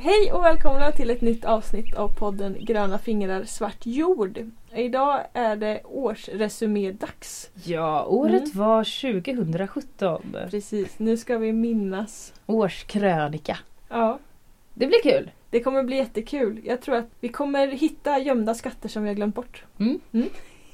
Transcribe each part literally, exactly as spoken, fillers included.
Hej och välkomna till ett nytt avsnitt av podden Gröna fingrar svart jord. Idag är det årsresumé-dags. Ja, året Mm. var tjugosjutton. Precis, nu ska vi minnas. Årskrönika. Ja, Det blir kul. det kommer bli jättekul. Jag tror att vi kommer hitta gömda skatter som vi har glömt bort. Mm. Mm.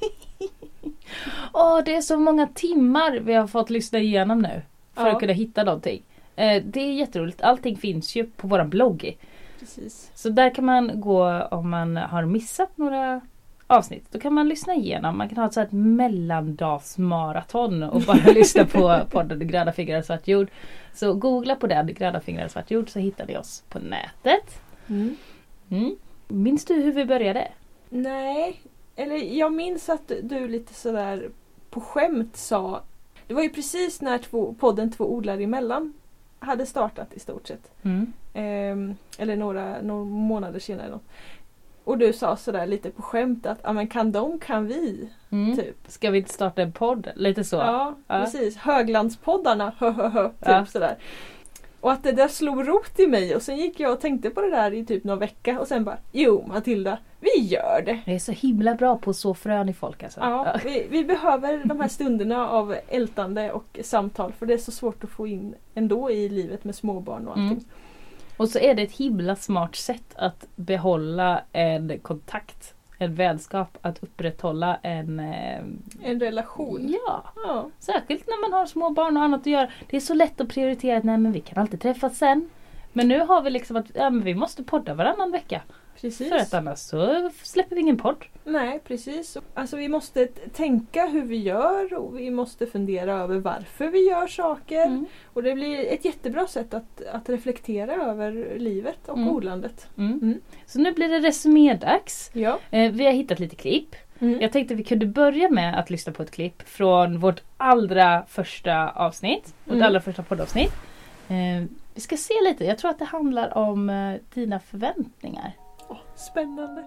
Åh, det är så många timmar vi har fått lyssna igenom nu. För Ja. att kunna hitta någonting. Eh, det är jätteroligt. Allting finns ju på vår blogg. Precis. Så där kan man gå om man har missat några avsnitt. Då kan man lyssna igenom. Man kan ha ett sånt här mellandagsmaraton och bara lyssna på podden Gröna fingrar svart jord. Så googla på den, Gröna fingrar svart jord, så hittar ni oss på nätet. Mm. Mm. Minns du hur vi började? Nej, eller jag minns att du lite sådär på skämt sa. Det var ju precis när två, podden Två odlare emellan hade startat i stort sett. Mm. Ehm, eller några, några månader senare. Då. Och du sa sådär lite på skämt att ja, men kan de kan vi. Mm. Typ. Ska vi inte starta en podd? Lite så. Ja, Ja. precis. Höglandspoddarna. Hö, hö, hö, typ Ja. sådär. Och att det där slog rot i mig. Och sen gick jag och tänkte på det där i typ någon vecka. Och sen bara, jo Matilda, vi gör det. Jag är så himla bra på så frön i folk alltså. Ja, vi, vi behöver de här stunderna av ältande och samtal. För det är så svårt att få in ändå i livet med småbarn och allting. Mm. Och så är det ett himla smart sätt att behålla en kontakt, en vänskap, att upprätthålla en... Eh, En relation. ja, Ja. särskilt när man har små barn och annat att göra. Det är så lätt att prioritera att nej, men vi kan alltid träffas sen. Men nu har vi liksom att ja, men vi måste podda varannan vecka. Precis. För att annars så släpper vi ingen podd. Nej, precis. Alltså vi måste t- tänka hur vi gör och vi måste fundera över varför vi gör saker. Mm. Och det blir ett jättebra sätt att, att reflektera över livet och Mm. odlandet. Mm. Mm. Så nu blir det resumédags. Ja. Eh, vi har hittat lite klipp. Mm. Jag tänkte vi kunde börja med att lyssna på ett klipp från vårt allra första avsnitt. Vårt Mm. allra första poddavsnitt. Eh, vi ska se lite. Jag tror att det handlar om eh, dina förväntningar. Åh, spännande.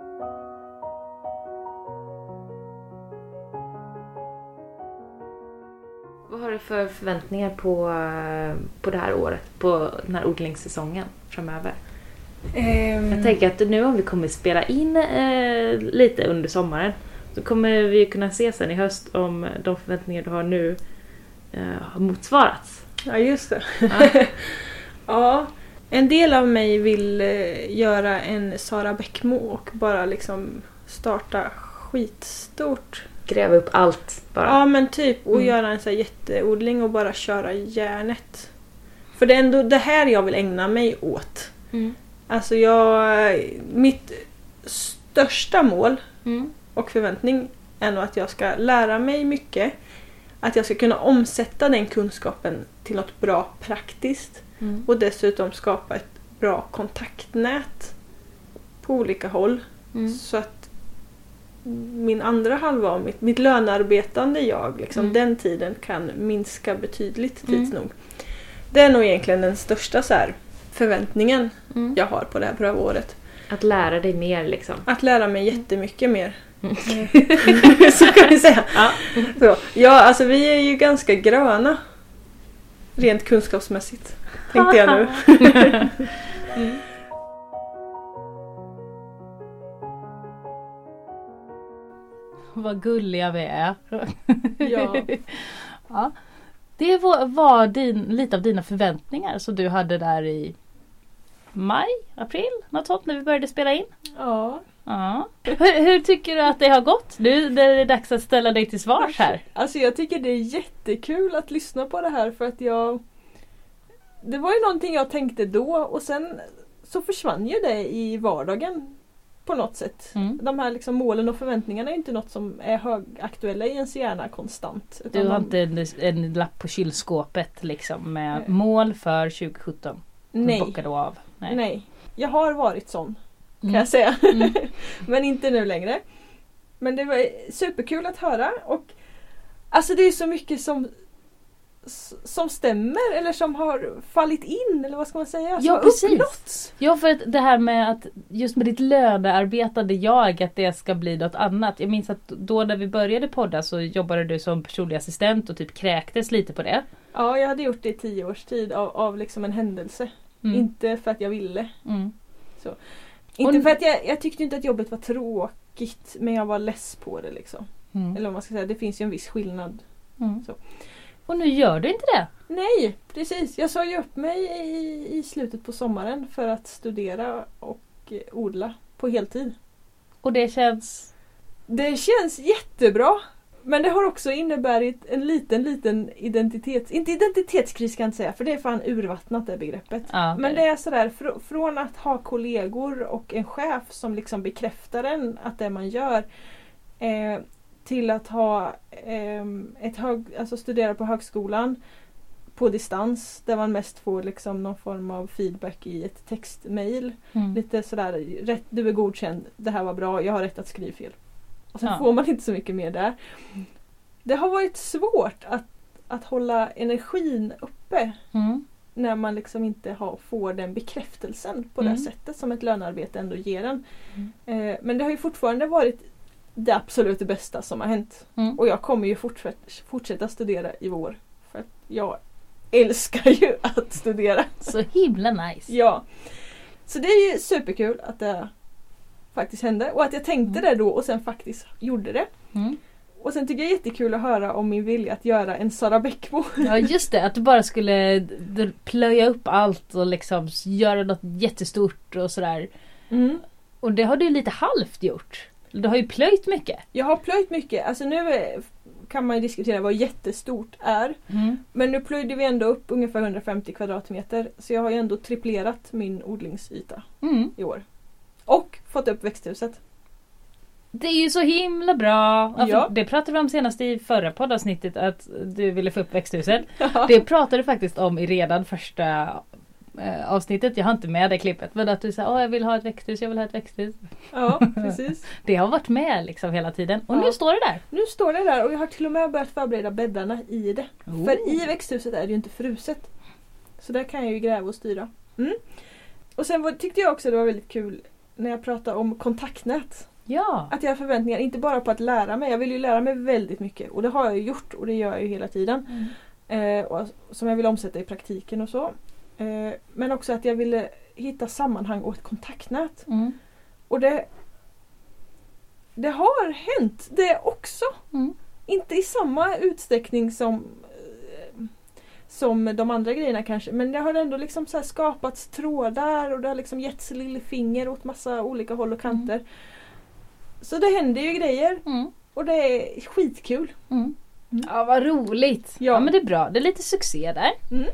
Vad har du för förväntningar på, på det här året? På den här odlingssäsongen framöver? Ehm, Jag tänker att nu har vi kommit spela in eh, lite under sommaren. Så kommer vi kunna se sen i höst om de förväntningar du har nu eh, har motsvarats. Ja, just det. Ja. Ja, en del av mig vill eh, göra en Sara Bäckmo och bara liksom starta skitstort. Gräva upp allt bara. Ja, men typ. Och Mm. göra en så här jätteodling och bara köra järnet. För det är ändå det här jag vill ägna mig åt. Mm. Alltså jag... Mitt största mål Mm. och förväntning är nog att jag ska lära mig mycket. Att jag ska kunna omsätta den kunskapen till något bra praktiskt. Mm. Och dessutom skapa ett bra kontaktnät på olika håll. Mm. Så att min andra halva av mitt, mitt lönearbetande jag, liksom, Mm. den tiden kan minska betydligt Mm. tids nog. Det är nog egentligen den största så här, förväntningen Mm. jag har på det här prövaåret. Att lära dig mer liksom. Att lära mig jättemycket mer. Mm. Så kan vi säga. Ja. Så, ja, alltså vi är ju ganska gröna. Rent kunskapsmässigt. Tänkte jag nu. Mm. Vad gulliga vi är. Ja. Ja. Det var, var din, lite av dina förväntningar som du hade där i maj, april, något sånt när vi började spela in. Ja. Ja. Hur, hur tycker du att det har gått? Nu när det är dags att ställa dig till svars här. Alltså jag tycker det är jättekul att lyssna på det här för att jag... Det var ju någonting jag tänkte då och sen så försvann ju det i vardagen på något sätt. Mm. De här liksom målen och förväntningarna är inte något som är högaktuella i ens hjärna konstant. Utan Du har de- inte en, en lapp på kylskåpet liksom med Nej. mål för tjugosjutton. Nej, Bockar du av? nej. Jag har varit sån kan Mm. jag säga. Mm. Men inte nu längre. Men det var superkul att höra och alltså det är så mycket som som stämmer eller som har fallit in eller vad ska man säga? Som Ja, har precis. uppnåtts. Ja, för att det här med att just med ditt lönearbetande jag att det ska bli något annat. Jag minns att då när vi började podda så jobbade du som personlig assistent och typ kräktes lite på det. Ja, jag hade gjort det i tio års tid av, av liksom en händelse. Mm. Inte för att jag ville. Mm. Inte Och- för att jag, jag tyckte inte att jobbet var tråkigt, men jag var less på det liksom. Mm. Eller vad man ska säga, det finns ju en viss skillnad. Mm. Så. Och nu gör du inte det? Nej, precis. Jag sa ju upp mig i, i slutet på sommaren för att studera och eh, odla på heltid. Och det känns... Det känns jättebra. Men det har också inneburit en liten, liten identitets... Inte identitetskris kan jag inte säga, för det är fan urvattnat det begreppet. Ja, Men det är sådär, fr- från att ha kollegor och en chef som liksom bekräftar en att det man gör eh, till att ha eh, ett hög, alltså studera på högskolan på distans där man mest får liksom någon form av feedback i ett textmail. Mm. Lite sådär, rätt, du är godkänd, det här var bra, jag har rätt att skriva fel. Och sen Ja. får man inte så mycket mer där. Det har varit svårt att, att hålla energin uppe Mm. när man liksom inte har, får den bekräftelsen på Mm. det sättet som ett lönearbete ändå ger en. Mm. Eh, men det har ju fortfarande varit det absolut bästa som har hänt. Mm. Och jag kommer ju fortsätta, fortsätta studera i vår. För att jag älskar ju att studera. Så himla nice. Ja. Så det är ju superkul att det faktiskt hände. Och att jag tänkte Mm. det då och sen faktiskt gjorde det. Mm. Och sen tycker jag det är jättekul att höra om min vilja att göra en Sara Bäckbo. Ja just det, att du bara skulle d- plöja upp allt och liksom göra något jättestort och sådär. Mm. Och det har du lite halvt gjort. Du har ju plöjt mycket. Jag har plöjt mycket. Alltså nu är, kan man ju diskutera vad jättestort är. Mm. Men nu plöjde vi ändå upp ungefär hundrafemtio kvadratmeter. Så jag har ju ändå triplerat min odlingsyta Mm. i år. Och fått upp växthuset. Det är ju så himla bra. Ja, för Ja. Det pratade vi om senast i förra poddavsnittet att du ville få upp växthuset. Ja. Det pratade du faktiskt om i redan första eh, avsnittet. Jag har inte med det klippet. Men att du sa, åh jag vill ha ett växthus, jag vill ha ett växthus. Ja, precis. Det har varit med liksom hela tiden. Och Ja. nu står det där. Nu står det där och jag har till och med börjat förbereda bäddarna i det. Oh. För i växthuset är det ju inte fruset. Så där kan jag ju gräva och styra. Mm. Och sen var, tyckte jag också det var väldigt kul när jag pratade om kontaktnät. Ja. Att jag har förväntningar inte bara på att lära mig. Jag vill ju lära mig väldigt mycket. Och det har jag ju gjort och det gör jag ju hela tiden. Mm. Eh, och, som jag vill omsätta i praktiken och så. Eh, men också att jag ville hitta sammanhang och ett kontaktnät. Mm. Och det, det har hänt det också. Mm. Inte i samma utsträckning som, eh, som de andra grejerna kanske. Men det har ändå liksom så här skapats trådar och det har liksom getts lillfinger åt massa olika håll och kanter. Så det händer ju grejer Mm. och det är skitkul. Mm. Mm. Ja vad roligt. Ja. Ja. men det är bra. Det är lite succé där. Mm.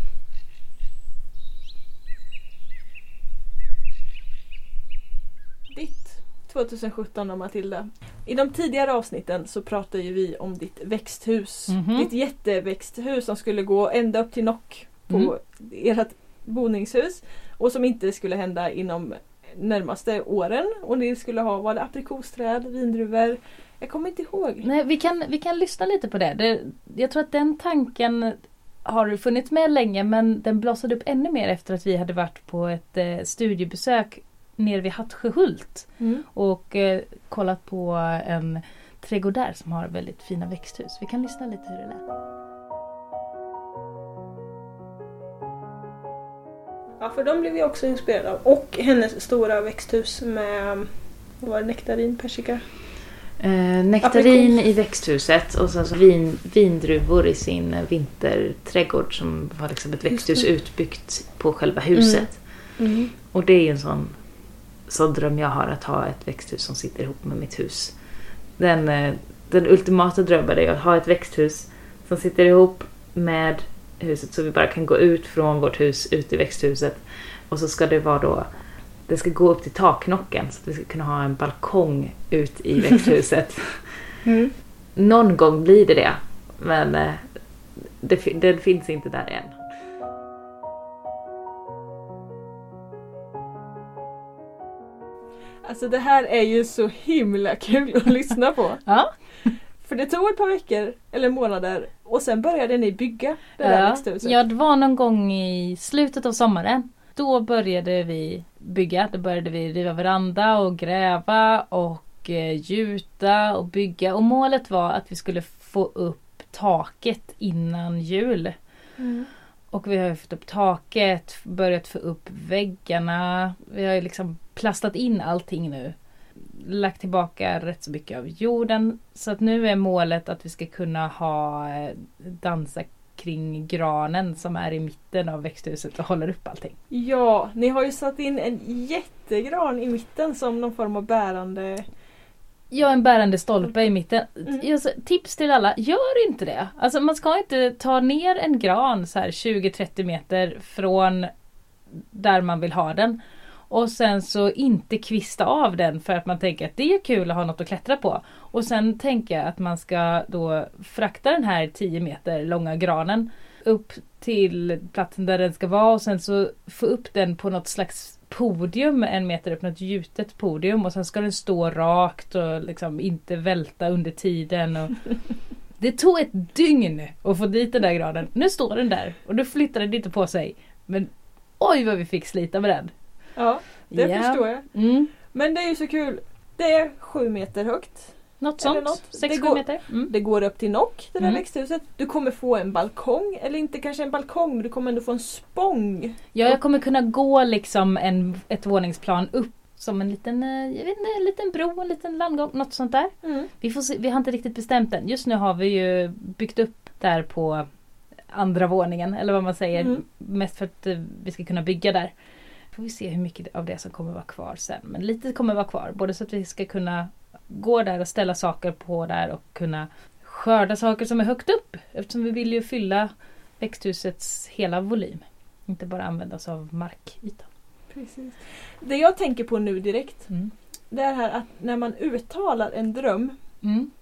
Ditt tjugosjutton då, Matilda. I de tidigare avsnitten så pratade ju vi om ditt växthus. Mhm. Ditt jätteväxthus som skulle gå ända upp till nock på Mm. ert boningshus. Och som inte skulle hända inom närmaste åren. Och ni skulle ha, var det aprikosträd, vindruvor? Jag kommer inte ihåg. Nej, vi kan, vi kan lyssna lite på det. det. Jag tror att den tanken har funnits med länge men den blossade upp ännu mer efter att vi hade varit på ett eh, studiebesök nere vid Hattsjöhult Mm. och eh, kollat på en trädgård där som har väldigt fina växthus. Vi kan lyssna lite hur det lät. Ja, för de blev vi också inspirerade av. Och hennes stora växthus med, vad var det, nektarin, persika? Eh, nektarin i växthuset och sen så vin, vindruvor i sin vinterträdgård som var liksom ett växthus utbyggt på själva huset. Mm. Och det är ju en sån, sån dröm jag har, att ha ett växthus som sitter ihop med mitt hus. Den, eh, den ultimata drömmen är att ha ett växthus som sitter ihop med huset så vi bara kan gå ut från vårt hus ut i växthuset. Och så ska det vara då, det ska gå upp till taknocken så att vi ska kunna ha en balkong ut i växthuset. Mm. Någon gång blir det det, men eh, det, fi- den finns inte där än. Alltså det här är ju så himla kul att lyssna på. Ja. För det tog ett par veckor eller månader och sen började ni bygga det där Ja, växthuset. ja, det var någon gång i slutet av sommaren. Då började vi bygga. Då började vi riva veranda och gräva och eh, gjuta och bygga. Och målet var att vi skulle få upp taket innan jul. Mm. Och vi har ju fått upp taket, börjat få upp väggarna. Vi har ju liksom plastat in allting nu. Lagt tillbaka rätt så mycket av jorden. Så att nu är målet att vi ska kunna ha dansa kring granen som är i mitten av växthuset och håller upp allting. Ja, ni har ju satt in en jättegran i mitten som någon form av bärande... Ja, en bärande stolpe i mitten. Mm. Just, tips till alla, gör inte det. Alltså man ska inte ta ner en gran så här tjugo till trettio meter från där man vill ha den. Och sen så inte kvista av den för att man tänker att det är kul att ha något att klättra på. Och sen tänka att man ska då frakta den här tio meter långa granen upp till platsen där den ska vara. Och sen så få upp den på något slags podium en meter upp, något gjutet podium. Och sen ska den stå rakt och liksom inte välta under tiden. Och det tog ett dygn att få dit den där granen. Nu står den där och nu flyttar den inte på sig. Men oj vad vi fick slita med den. Ja, det Ja. förstår jag. Mm. Men det är ju så kul. Det är sju meter högt. Något Eller sånt. något. sex Det sju går- meter. Mm. Det går upp till nock, det där Mm. växthuset. Du kommer få en balkong, eller inte kanske en balkong, men du kommer ändå få en spång. Ja, jag kommer kunna gå liksom en, ett våningsplan upp som en liten, eh, jag vet inte, en liten bro, en liten landgång, något sånt där. Mm. Vi, får se, vi har inte riktigt bestämt än. Just nu har vi ju byggt upp där på andra våningen, eller vad man säger, Mm. mest för att eh, vi ska kunna bygga där. Får vi se hur mycket av det som kommer vara kvar sen. Men lite kommer vara kvar, både så att vi ska kunna gå där och ställa saker på där och kunna skörda saker som är högt upp. Eftersom vi vill ju fylla växthusets hela volym. Inte bara använda oss av markytan. Precis. Det jag tänker på nu direkt, Mm. det är här att när man uttalar en dröm Mm.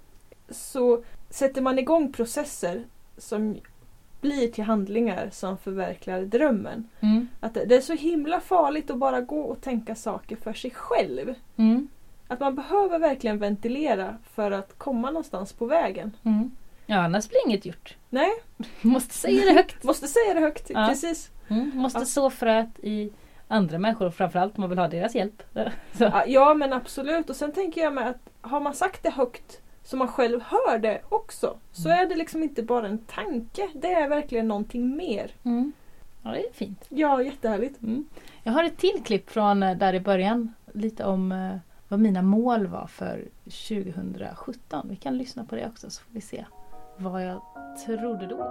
så sätter man igång processer som blir till handlingar som förverkligar drömmen. Mm. Att det det är så himla farligt att bara gå och tänka saker för sig själv. Mm. Att man behöver verkligen ventilera för att komma någonstans på vägen. Mm. Ja, annars blir inget gjort. Nej, Måste säga det högt. måste säga det högt. Ja. Precis. Mm. Måste Ja. så fröet i andra människor och framförallt om man vill ha deras hjälp. Så. Ja, ja, men absolut. Och sen tänker jag med att har man sagt det högt så man själv hör det också. Så Mm. är det liksom inte bara en tanke. Det är verkligen någonting mer. Mm. Ja, det är fint. Ja, jättehärligt. Mm. Jag har ett till klipp från eh, där i början. Lite om eh, vad mina mål var för tjugohundrasjutton. Vi kan lyssna på det också så får vi se vad jag trodde då.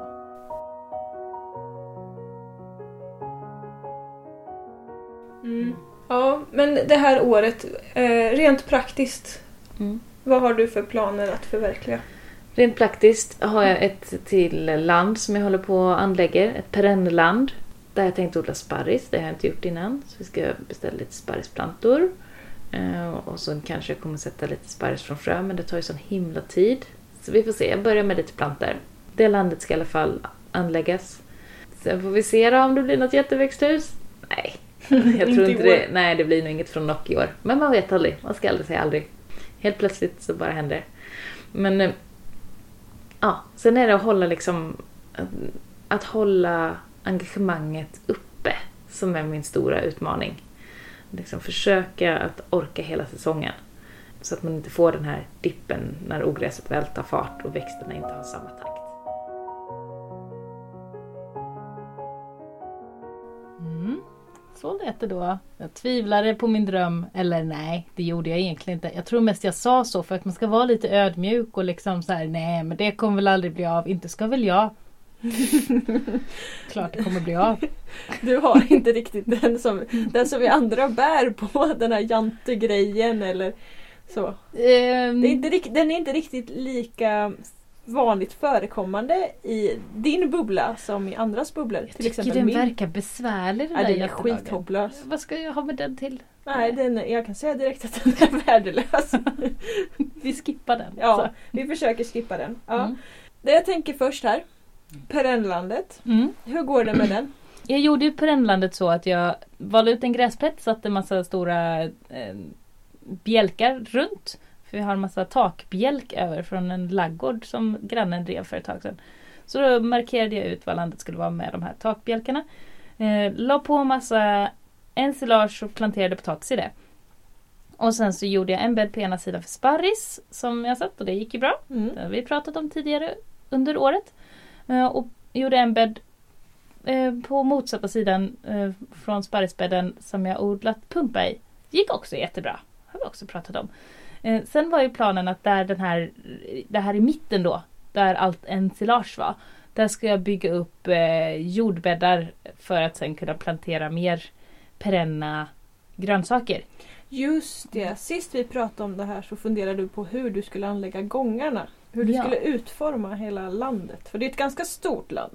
Mm. Ja, men det här året, eh, rent praktiskt, Mm. vad har du för planer att förverkliga? Rent praktiskt har jag ett till land som jag håller på och anlägger. Ett perennland. Där jag tänkt odla sparris. Det har jag inte gjort innan. Så vi ska beställa lite sparrisplantor. Eh, och så kanske jag kommer sätta lite sparris från frö. Men det tar ju sån himla tid. Så vi får se. Jag börjar med lite plantor. Det landet ska i alla fall anläggas. Sen får vi se då om det blir något jätteväxthus. Nej. Jag Inte tror i inte år. det. Nej, det blir nog inget från Nock i år. Men man vet aldrig. Man ska aldrig säga aldrig. Helt plötsligt så bara händer det. Men eh, ja, sen är det att hålla liksom att, att hålla engagemanget uppe som är min stora utmaning. Liksom försöka att orka hela säsongen. Så att man inte får den här dippen när ogräset väl tar fart och växterna inte har samma takt. Mm. Så lät det då. Jag tvivlade på min dröm. Eller nej, det gjorde jag egentligen inte. Jag tror mest jag sa så för att man ska vara lite ödmjuk och liksom så här, nej men det kommer väl aldrig bli av. Inte ska väl jag. Klart det kommer bli av. Du har inte riktigt den som, den som vi andra bär på, den här jantegrejen eller så. Ehm, Det är inte, rikt- den är inte riktigt lika vanligt förekommande i din bubbla som i andras bubblor. jag Till tycker exempel den min. verkar besvärlig den Nej, där den är jättelagen. skithopplös. Vad ska jag ha med den till? Nej, den, jag kan säga direkt att den är värdelös. Vi skippar den. Ja, Så. vi försöker skippa den. Ja. Mm. Det jag tänker först här, perennlandet. Mm. Hur går det med den? Jag gjorde ju perennlandet så att jag valde ut en gräsplätt, satte en massa stora eh, bjälkar runt. För vi har en massa takbjälk över från en laggård som grannen drev för ett tag sedan. Så då markerade jag ut vad landet skulle vara med de här takbjälkarna. Eh, la på en massa ensilage och planterade potatis i det. Och sen så gjorde jag en bädd på ena sidan för sparris som jag satt och det gick ju bra. Mm. Det har vi pratat om tidigare under året. Eh, och gjorde en bädd eh, på motsatta sidan eh, från sparrisbädden som jag odlat pumpa i. Gick också jättebra. Har vi också pratat om. Eh, sen var ju planen att där den här, det här i mitten då, där allt ensilage var, där ska jag bygga upp eh, jordbäddar för att sen kunna plantera mer perenna grönsaker. Just det. Sist vi pratade om det här så funderade du på hur du skulle anlägga gångarna. Hur du Ja. skulle utforma hela landet. För det är ett ganska stort land.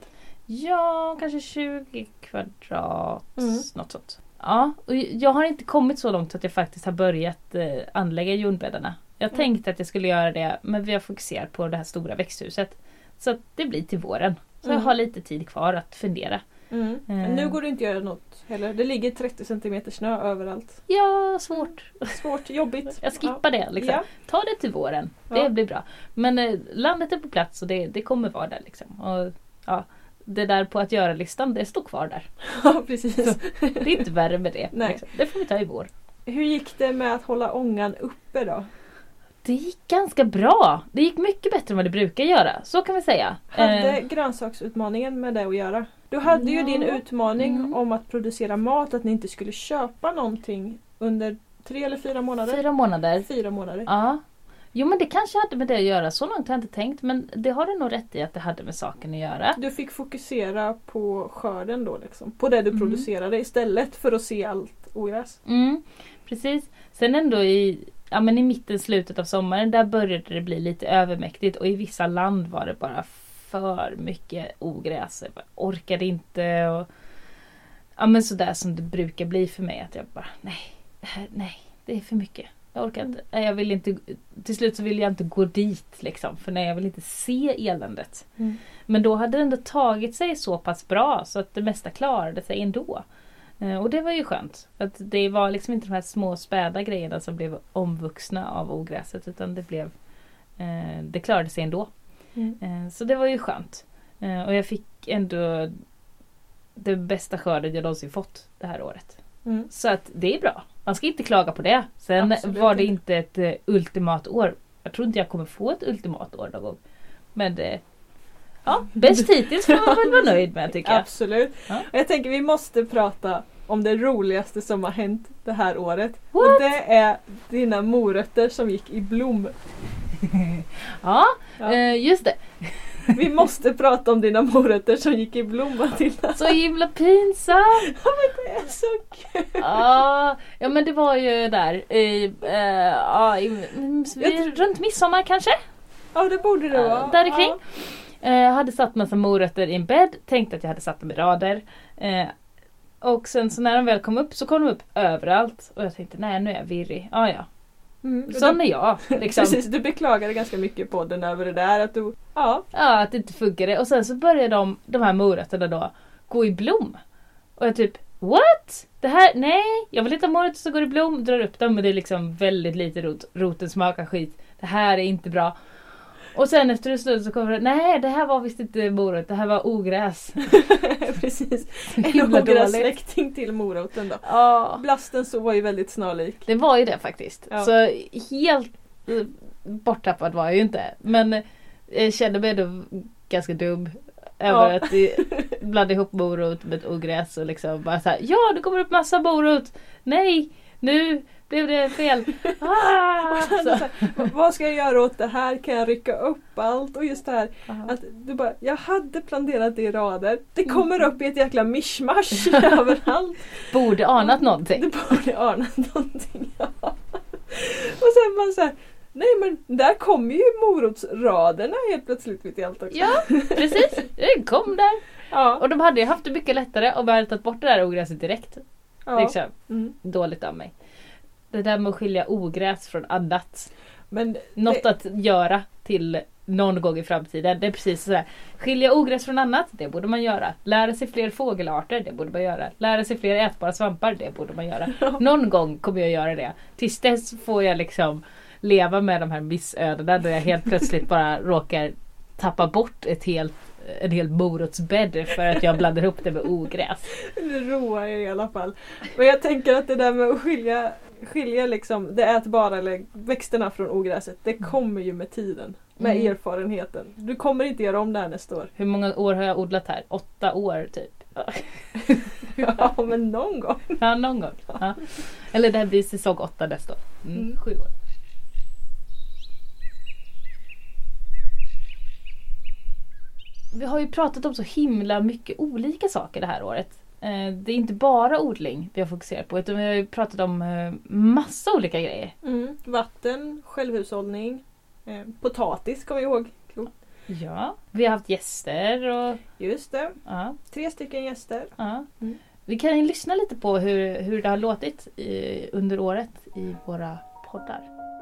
Ja, kanske tjugo kvadrat, Mm. något sånt. Ja, och jag har inte kommit så långt att jag faktiskt har börjat eh, anlägga jordbäddarna. Jag Mm. tänkte att jag skulle göra det, men vi har fokuserat på det här stora växthuset. Så att det blir till våren. Så Mm. jag har lite tid kvar att fundera. Mm. Eh. Men nu går det inte att göra något heller. Det ligger trettio centimeter snö överallt. Ja, svårt. Svårt, jobbigt. Jag skippar det liksom. Ja. Ta det till våren. Det Ja. blir bra. Men eh, landet är på plats och det, det kommer vara där liksom. Och ja, det där på att göra-listan, det står kvar där. Ja, precis. Det är inte värre med det. Nej. Liksom. Det får vi ta i vår. Hur gick det med att hålla ångan uppe då? Det gick ganska bra. Det gick mycket bättre än vad det brukar göra. Så kan vi säga. Hade Eh, grönsaksutmaningen med det att göra? Du hade ju Ja. din utmaning Mm. om att producera mat, att ni inte skulle köpa någonting under tre eller fyra månader. fyra månader. Fyra månader. Ja. Jo, men det kanske hade med det att göra. Så långt har jag inte tänkt. Men det har du nog rätt i att det hade med saken att göra. Du fick fokusera på skörden då liksom. På det du Mm. producerade istället för att se allt ogräs. Mm, precis. Sen ändå i, ja, men i mitten, slutet av sommaren, där började det bli lite övermäktigt. Och i vissa land var det bara för mycket ogräs. Jag bara orkade inte. Och, ja, men sådär som det brukar bli för mig. Att jag bara, nej, det här, nej, det är för mycket. Jag orkar inte. Nej, jag vill inte. Till slut så vill jag inte gå dit liksom. För nej, jag vill inte se eländet. Mm. Men då hade det ändå tagit sig så pass bra så att det mesta klarade sig ändå. Eh, Och det var ju skönt. Att det var liksom inte de här små späda grejerna som blev omvuxna av ogräset. Utan det blev eh, det klarade sig ändå. Mm. Eh, Så det var ju skönt. Eh, Och jag fick ändå den bästa skörden jag någonsin fått det här året. Mm. Så att det är bra. Man ska inte klaga på det. Sen Absolut var det inte. inte ett eh, ultimat år. Jag tror inte jag kommer få ett ultimat år någon gång. Men det, ja, bäst hittills får man väl vara nöjd med tycker jag. Absolut. Ja. Och jag tänker vi måste prata om det roligaste som har hänt det här året. What? Och det är dina morötter som gick i blom. Ja, Ja. eh, just det. Vi måste prata om dina morötter som gick i blom, Matilda. Så himla pinsamt. Ja, men det är så kul. Ja, ja men det var ju där i, eh, ja, i, mm, Jag runt midsommar kanske. Ja, det borde det vara. Eh, där kring. Ja. Eh, Jag hade satt massa morötter i en bädd. Tänkte att jag hade satt dem i rader. Eh, Och sen så när de väl kom upp så kom de upp överallt. Och jag tänkte nej, nu är jag virrig. Ja, ja. Mm, och Sån du, är jag. Liksom. Precis, du beklagade ganska mycket på den över det där. Att du, ja, Ja, att det inte funkade. Och sen så började de, de här morötterna då gå i blom. Och jag typ, what? Det här, nej, jag vill inte ha morötter som går i blom. Drar upp dem och det är liksom väldigt lite rot. Roten smakar skit. Det här är inte bra. Och sen efter en stund så kommer det, nej det här var visst inte morot, det här var ogräs. precis. Himla En dåligt. ogrässläkting till moroten då. Ja, Blasten så var ju väldigt snarlik. det var ju det faktiskt. Ja. Så helt eh, borttappad var jag ju inte. Men eh, jag kände mig då ganska dum över Ja. att det blandade ihop morot med ett ogräs och liksom bara så här, ja det kommer upp massa morot. Nej, nu blev det fel. Ah! Så, Så. så, vad ska jag göra åt det här? Kan jag rycka upp allt? Och just det här Aha. att du bara, jag hade planerat det i rader. Det kommer upp i ett jäkla mischmasch överallt. Borde anat någonting. Du borde ana någonting. Ja. Och sen bara så här, nej men där kommer ju morotsraderna helt plötsligt mitt i allt också. Ja, precis. Det kom där. Ja. Och de hade ju haft det mycket lättare och bara tagit bort det där ogräset direkt. ja. Liksom. Mm. Dåligt av mig. Det där med att skilja ogräs från annat. Men Något det, att göra till någon gång i framtiden. Det är precis sådär. Skilja ogräs från annat, det borde man göra. Lära sig fler fågelarter, det borde man göra. Lära sig fler ätbara svampar, det borde man göra. Någon gång kommer jag göra det. Tills dess får jag liksom leva med de här missödena då jag helt plötsligt bara råkar tappa bort ett helt, en hel morotsbädd för att jag blandar ihop det med ogräs. det roar er i alla fall. Och jag tänker att det där med att skilja, skilja liksom det ätbara eller växterna från ogräset, det kommer ju med tiden. Med Mm. erfarenheten. Du kommer inte göra om det här nästa år. Hur många år har jag odlat här? Åtta år typ. Ja, men någon gång. Ja, någon gång. Ja. Eller det här blir säsong åtta nästa år. Mm. Mm. Sju år. Vi har ju pratat om så himla mycket olika saker det här året. Det är inte bara odling vi har fokuserat på, utan vi har ju pratat om massa olika grejer. Mm. Vatten, självhushållning, eh, potatis kommer jag ihåg. Ja, vi har haft gäster och... Just det, Ja, tre stycken gäster. ja. Mm. Vi kan ju lyssna lite på hur, hur det har låtit i, under året i våra poddar.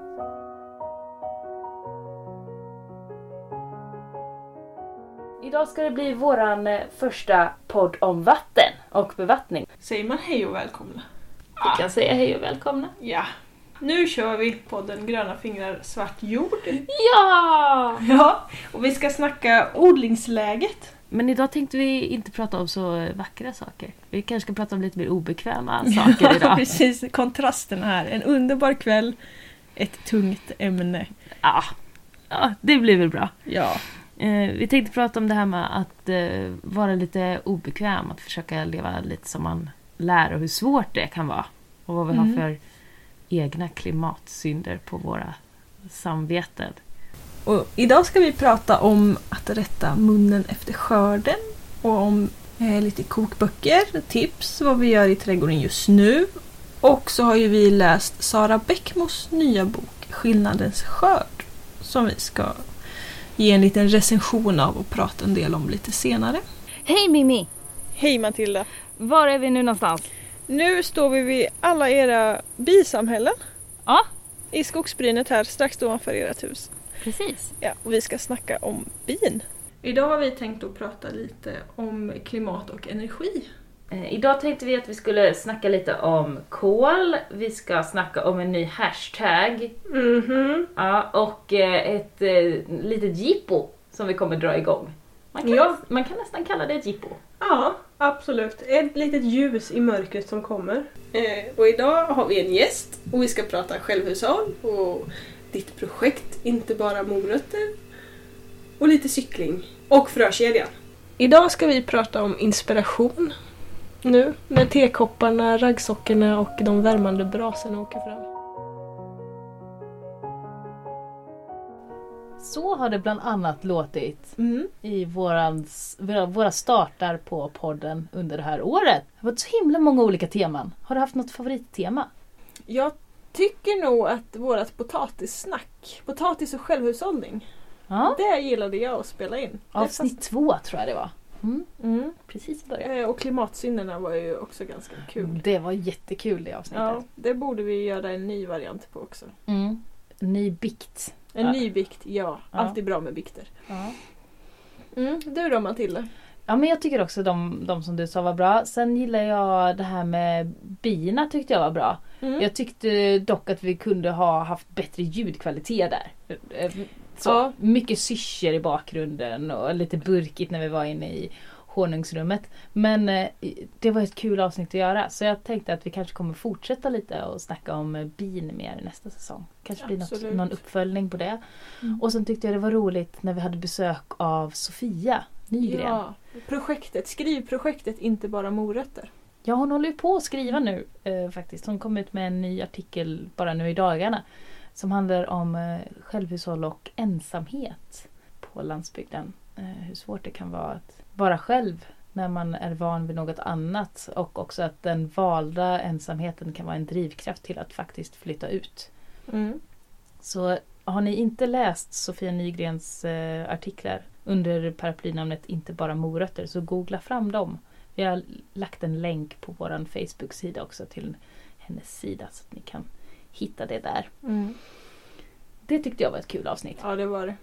Idag ska det bli våran eh, första podd om vatten och bevattning. Säger man hej och välkomna? Vi kan säga hej och välkomna. Ja. Nu kör vi podden Gröna fingrar svart jord. Ja! Ja, och vi ska snacka odlingsläget. Men idag tänkte vi inte prata om så vackra saker. Vi kanske ska prata om lite mer obekväma saker idag. Precis, kontrasten här. En underbar kväll, ett tungt ämne. Ja, ja det blir väl bra. Ja. Eh, vi tänkte prata om det här med att eh, vara lite obekväm. Att försöka leva lite som man lär och hur svårt det kan vara. Och vad vi Mm. har för egna klimatsynder på våra samveten. Och idag ska vi prata om att rätta munnen efter skörden. Och om eh, lite kokböcker, tips, vad vi gör i trädgården just nu. Och så har ju vi läst Sara Bäckmos nya bok Skillnadens skörd. Som vi ska ge en liten recension av och prata en del om lite senare. Hej Mimmi! Hej Matilda! Var är vi nu någonstans? Nu står vi vid alla era bisamhällen Ja, i skogsbrynet här strax ovanför ert hus. precis. Ja, och vi ska snacka om bin. Idag har vi tänkt att prata lite om klimat och energi. Eh, idag tänkte vi att vi skulle snacka lite om kol. Vi ska snacka om en ny hashtag. Mhm. Ja, och eh, ett eh, litet jippo som vi kommer dra igång. Man kan, Ja. man kan nästan kalla det ett jippo. Ja, absolut. Ett litet ljus i mörkret som kommer. Eh, och idag har vi en gäst och vi ska prata självhushåll och ditt projekt, inte bara morötter. Och lite cykling. Och frökedjan. Idag ska vi prata om inspiration. Nu, när tekopparna, raggsockorna och de värmande brasorna åker fram. Så har det bland annat låtit Mm. i vårans, våra, våra startar på podden under det här året. Det har varit så himla många olika teman. Har du haft något favorittema? Jag tycker nog att vårat potatissnack, potatis och självhushållning, Ja, det gillade jag att spela in. avsnitt två tror jag det var. Mm, Mm. precis börjat. Eh, Och klimatsynderna var ju också ganska kul. Det var jättekul det Ja, avsnittet. det borde vi göra en ny variant på också. Mm. Ny bikt. En Ja. ny bikt, ja. Ja. Alltid bra med bikter. Ja. Mm. Du då Matilda? Ja, men jag tycker också de, de som du sa var bra. Sen gillar jag det här med bina, tyckte jag var bra. Mm. Jag tyckte dock att vi kunde ha haft bättre ljudkvalitet där. Så, Ja. mycket syrsor i bakgrunden och lite burkigt när vi var inne i honungsrummet. Men eh, det var ett kul avsnitt att göra. Så jag tänkte att vi kanske kommer fortsätta lite och snacka om bin mer nästa säsong. Kanske blir något, Absolut. någon uppföljning på det. Mm. Och sen tyckte jag det var roligt när vi hade besök av Sofia Nygren. Ja, Ja, projektet, skrivprojektet Inte bara morötter. ja hon håller ju på att skriva nu eh, faktiskt. Hon kom ut med en ny artikel bara nu i dagarna. Som handlar om eh, självhushåll och ensamhet på landsbygden. Eh, hur svårt det kan vara att vara själv när man är van vid något annat. Och också att den valda ensamheten kan vara en drivkraft till att faktiskt flytta ut. Mm. Så har ni inte läst Sofia Nygrens eh, artiklar under paraplynamnet Inte bara morötter, så googla fram dem. Vi har lagt en länk på vår Facebook-sida också till hennes sida så att ni kan hitta det där. Mm. Det tyckte jag var ett kul avsnitt. Ja, det var det.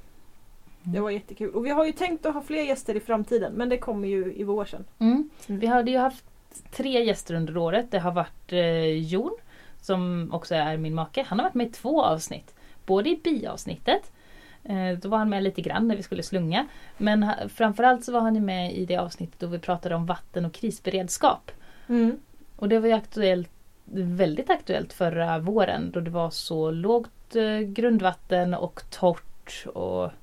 Det var jättekul. Och vi har ju tänkt att ha fler gäster i framtiden, men det kommer ju i vår sen. Mm. Vi hade ju haft tre gäster under året. Det har varit eh, Jon, som också är min make. Han har varit med i två avsnitt. Både i biavsnittet. Eh, då var han med lite grann när vi skulle slunga. Men ha, framförallt så var han ju med i det avsnittet då vi pratade om vatten och krisberedskap. Mm. Och det var ju aktuellt, väldigt aktuellt förra våren då det var så lågt eh, grundvatten och torrt och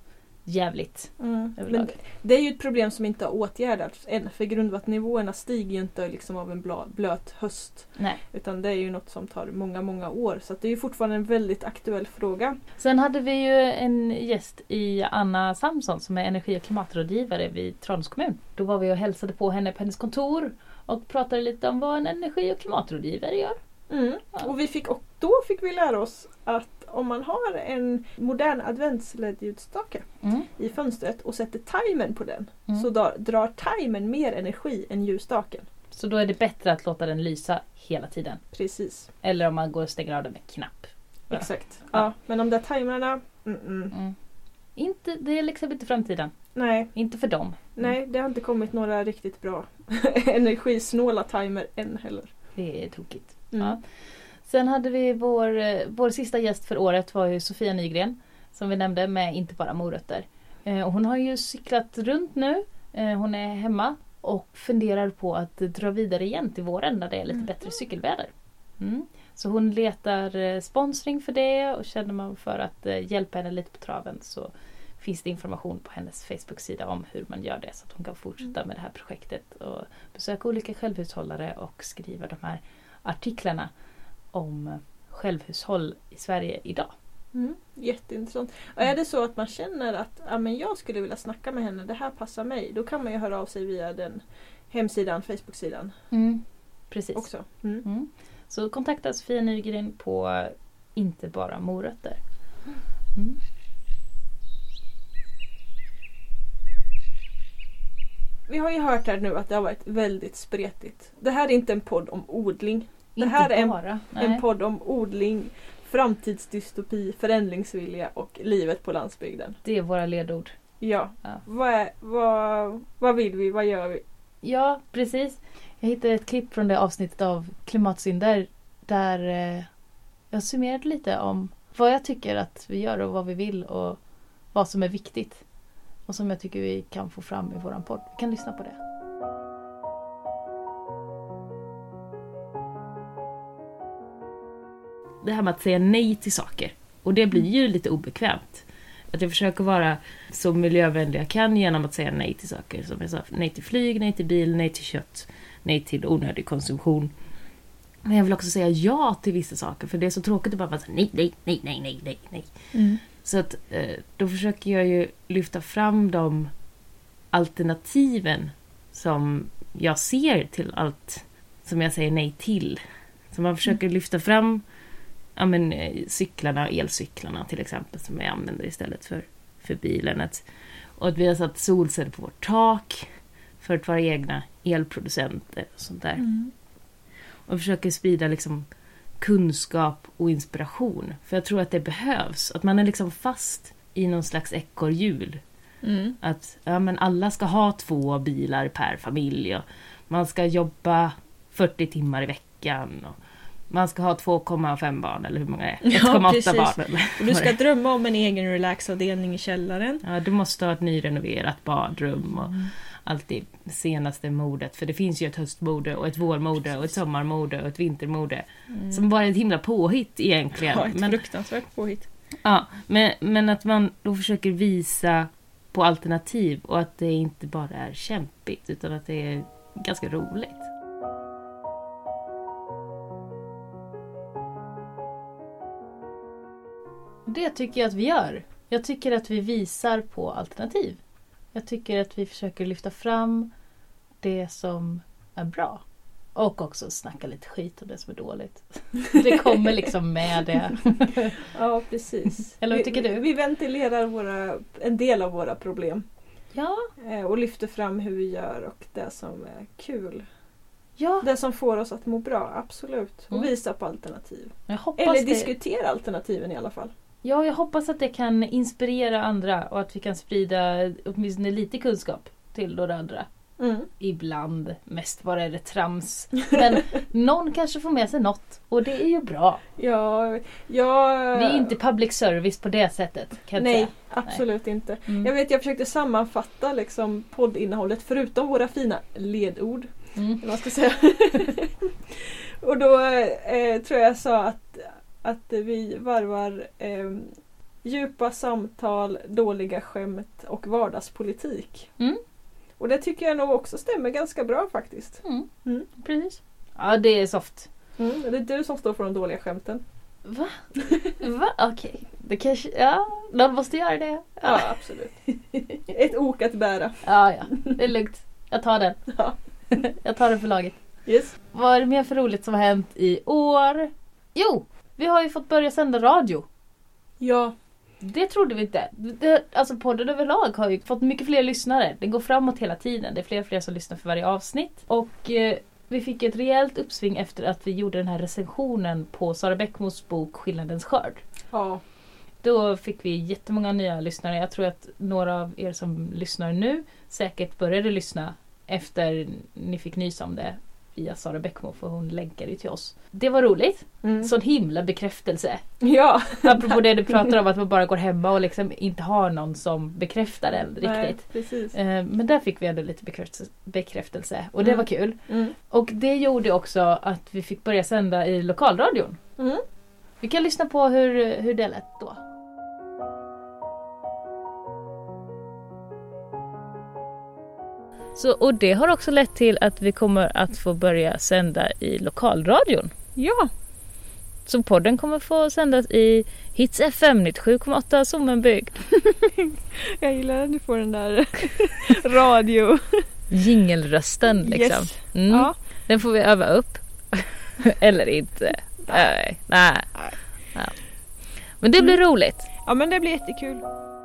jävligt. Mm. överlag. Men det är ju ett problem som inte har åtgärdats än, för grundvattennivåerna stiger ju inte liksom av en bla, blöt höst. Nej. Utan det är ju något som tar många, många år. Så att det är ju fortfarande en väldigt aktuell fråga. Sen hade vi ju en gäst i Anna Samson som är energi- och klimatrådgivare vid Tranås kommun. Då var vi och hälsade på henne på hennes kontor och pratade lite om vad en energi- och klimatrådgivare gör. Mm. Ja. Och, vi fick, och då fick vi lära oss att om man har en modern advents-L E D-ljusstake Mm. i fönstret och sätter timern på den, Mm. så drar, drar timern mer energi än ljusstaken. Så då är det bättre att låta den lysa hela tiden. Precis, Eller om man går och stänger av den med knapp. Ja. exakt. Ja. Ja. Men de där timrarna, mm, mm. Mm. Inte, det är liksom inte framtiden. nej. Inte för dem. Nej, det har inte kommit några riktigt bra energisnåla timer än heller. Det är tokigt. Mm. Ja. Sen hade vi vår, eh, vår sista gäst för året var ju Sofia Nygren. Som vi nämnde, med Inte bara morötter. Eh, och hon har ju cyklat runt nu. Eh, hon är hemma och funderar på att dra vidare igen till våren när det är lite Mm. bättre cykelväder. Mm. Så hon letar eh, sponsring för det, och känner man för att eh, hjälpa henne lite på traven så finns det information på hennes Facebook-sida om hur man gör det, så att hon kan fortsätta med det här projektet och besöka olika självhushållare och skriva de här artiklarna om självhushåll i Sverige idag. Mm. Jätteintressant. Och är det så att man känner att ja, men jag skulle vilja snacka med henne, det här passar mig, då kan man ju höra av sig via den hemsidan, Facebook-sidan Mm. Precis. också. Mm. Mm. Så kontakta Sofia Nygren på Inte bara morötter. Mm. Vi har ju hört här nu att det har varit väldigt spretigt. Det här är inte en podd om odling. Det Inte här är en, bara. Nej. en podd om odling, framtidsdystopi, förändringsvilja och livet på landsbygden. Det är våra ledord. Ja. Ja. Vad, är, vad, vad vill vi? Vad gör vi? Ja, precis. Jag hittade ett klipp från det avsnittet av Klimatsynder där eh, jag summerade lite om vad jag tycker att vi gör och vad vi vill och vad som är viktigt. Och som jag tycker vi kan få fram i våran podd. Vi kan lyssna på det. Det här med att säga nej till saker. Och det blir ju lite obekvämt. Att jag försöker vara så miljövänlig jag kan genom att säga nej till saker. Som jag sa, nej till flyg, nej till bil, nej till kött, nej till onödig konsumtion. Men jag vill också säga ja till vissa saker. För det är så tråkigt att bara vara så nej, nej, nej, nej, nej, nej, nej. Mm. Så att eh, då försöker jag ju lyfta fram de alternativen som jag ser till allt som jag säger nej till. Så man försöker lyfta fram ja, men, eh, cyklarna, elcyklarna till exempel, som jag använder istället för, för bilen. Att, och att vi har satt solceller på vårt tak för att vara egna elproducenter och sånt där. Mm. Och försöker sprida liksom kunskap och inspiration. För jag tror att det behövs. Att man är liksom fast i någon slags ekorrhjul. Mm. Att ja, men alla ska ha två bilar per familj. Och man ska jobba fyrtio timmar i veckan. Och man ska ha två komma fem barn, eller hur många är det? Ja, ett komma åtta precis. barn. Eller Och du ska drömma om en egen relaxavdelning i källaren. ja, du måste ha ett nyrenoverat badrum och Mm. allt det senaste modet. För det finns ju ett höstmode och ett vårmode och ett sommarmode och ett vintermode. Mm. Som bara är ett himla påhitt egentligen. Ja, ett men, fruktansvärt påhitt. ja, men, men att man då försöker visa på alternativ och att det inte bara är kämpigt utan att det är ganska roligt. Det tycker jag att vi gör. Jag tycker att vi visar på alternativ. Jag tycker att vi försöker lyfta fram det som är bra. Och också snacka lite skit om det som är dåligt. Det kommer liksom med det. Ja, precis. Eller vad tycker vi, du? Vi ventilerar våra, en del av våra problem. Ja, Eh, och lyfter fram hur vi gör och det som är kul. ja. Det som får oss att må bra, absolut. Och Mm. visa på alternativ. Jag hoppas Eller det. diskutera alternativen i alla fall. Ja, jag hoppas att det kan inspirera andra och att vi kan sprida åtminstone lite kunskap till några andra. Mm. Ibland, mest bara är det trams. Men någon kanske får med sig något och det är ju bra. Ja, ja, Vi är inte public service på det sättet, kan jag Nej, säga. absolut inte. Mm. Jag vet, jag försökte sammanfatta liksom poddinnehållet förutom våra fina ledord. Mm. Eller vad man ska säga. Och då eh, tror jag jag sa att, att vi varvar eh, djupa samtal, dåliga skämt och vardagspolitik. Mm. Och det tycker jag nog också stämmer ganska bra faktiskt. Mm. Mm. Precis. Ja, det är soft. Mm. Det är du som står för de dåliga skämten. Va? Va? Okej. Okay. Det kanske... Ja, någon måste göra det. Ja, ja absolut. Ett ok att bära. Ja, ja. Det är lugnt. Jag tar den. Ja. Jag tar den för laget. Yes. Vad är det mer för roligt som har hänt i år? Jo, vi har ju fått börja sända radio. Ja. Det trodde vi inte. Det, alltså podden överlag har ju fått mycket fler lyssnare. Det går framåt hela tiden. Det är fler och fler som lyssnar för varje avsnitt. Och eh, vi fick ett rejält uppsving efter att vi gjorde den här recensionen på Sara Bäckmos bok Skillnadens skörd. Ja. Då fick vi jättemånga nya lyssnare. Jag tror att några av er som lyssnar nu säkert började lyssna efter ni fick nys om det via Sara Bäckmo, för hon länkade ju till oss. Det var roligt. Mm. Sån himla bekräftelse. Ja. Apropå det du pratar om, att man bara går hemma och liksom inte har någon som bekräftar den riktigt. Nej, precis. Men där fick vi ändå lite bekräftelse. bekräftelse och det mm. var kul. Mm. Och det gjorde också att vi fick börja sända i lokalradion. Mm. Vi kan lyssna på hur, hur det lät då. Så, och det har också lett till att vi kommer att få börja sända i lokalradion. Ja. Så podden kommer få sändas i Hits F M nittiosju komma åtta Sommenbygd. Jag gillar att du får den där radio. Jingelrösten liksom. Yes. Mm. Ja. Den får vi öva upp. Eller inte. Nej. Nej. Ja. Men det blir mm. roligt. Ja, men det blir jättekul.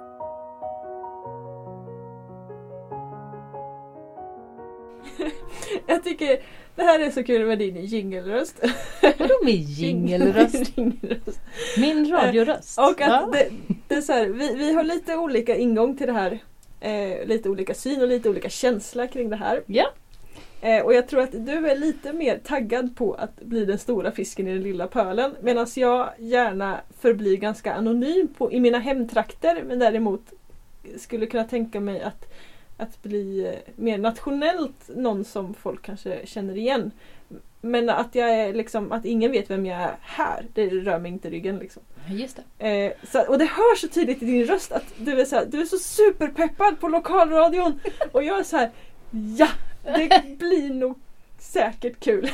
Jag tycker det här är så kul med din jingelröst. Vadå med jingelröst? jingelröst? Min radioröst. Och att ja. det, det är så här, vi, vi har lite olika ingång till det här. Eh, lite olika syn och lite olika känsla kring det här. Ja. Eh, och jag tror att du är lite mer taggad på att bli den stora fisken i den lilla pölen. Medan jag gärna förblir ganska anonym på, i mina hemtrakter. Men däremot skulle kunna tänka mig att Att bli mer nationellt någon som folk kanske känner igen. Men att jag är liksom, att ingen vet vem jag är här. Det rör mig inte i ryggen liksom. Just det. Eh, så, och det hörs så tydligt i din röst att du är så här, du är så superpeppad på lokalradion. Och jag är så här, ja, det blir nog säkert kul.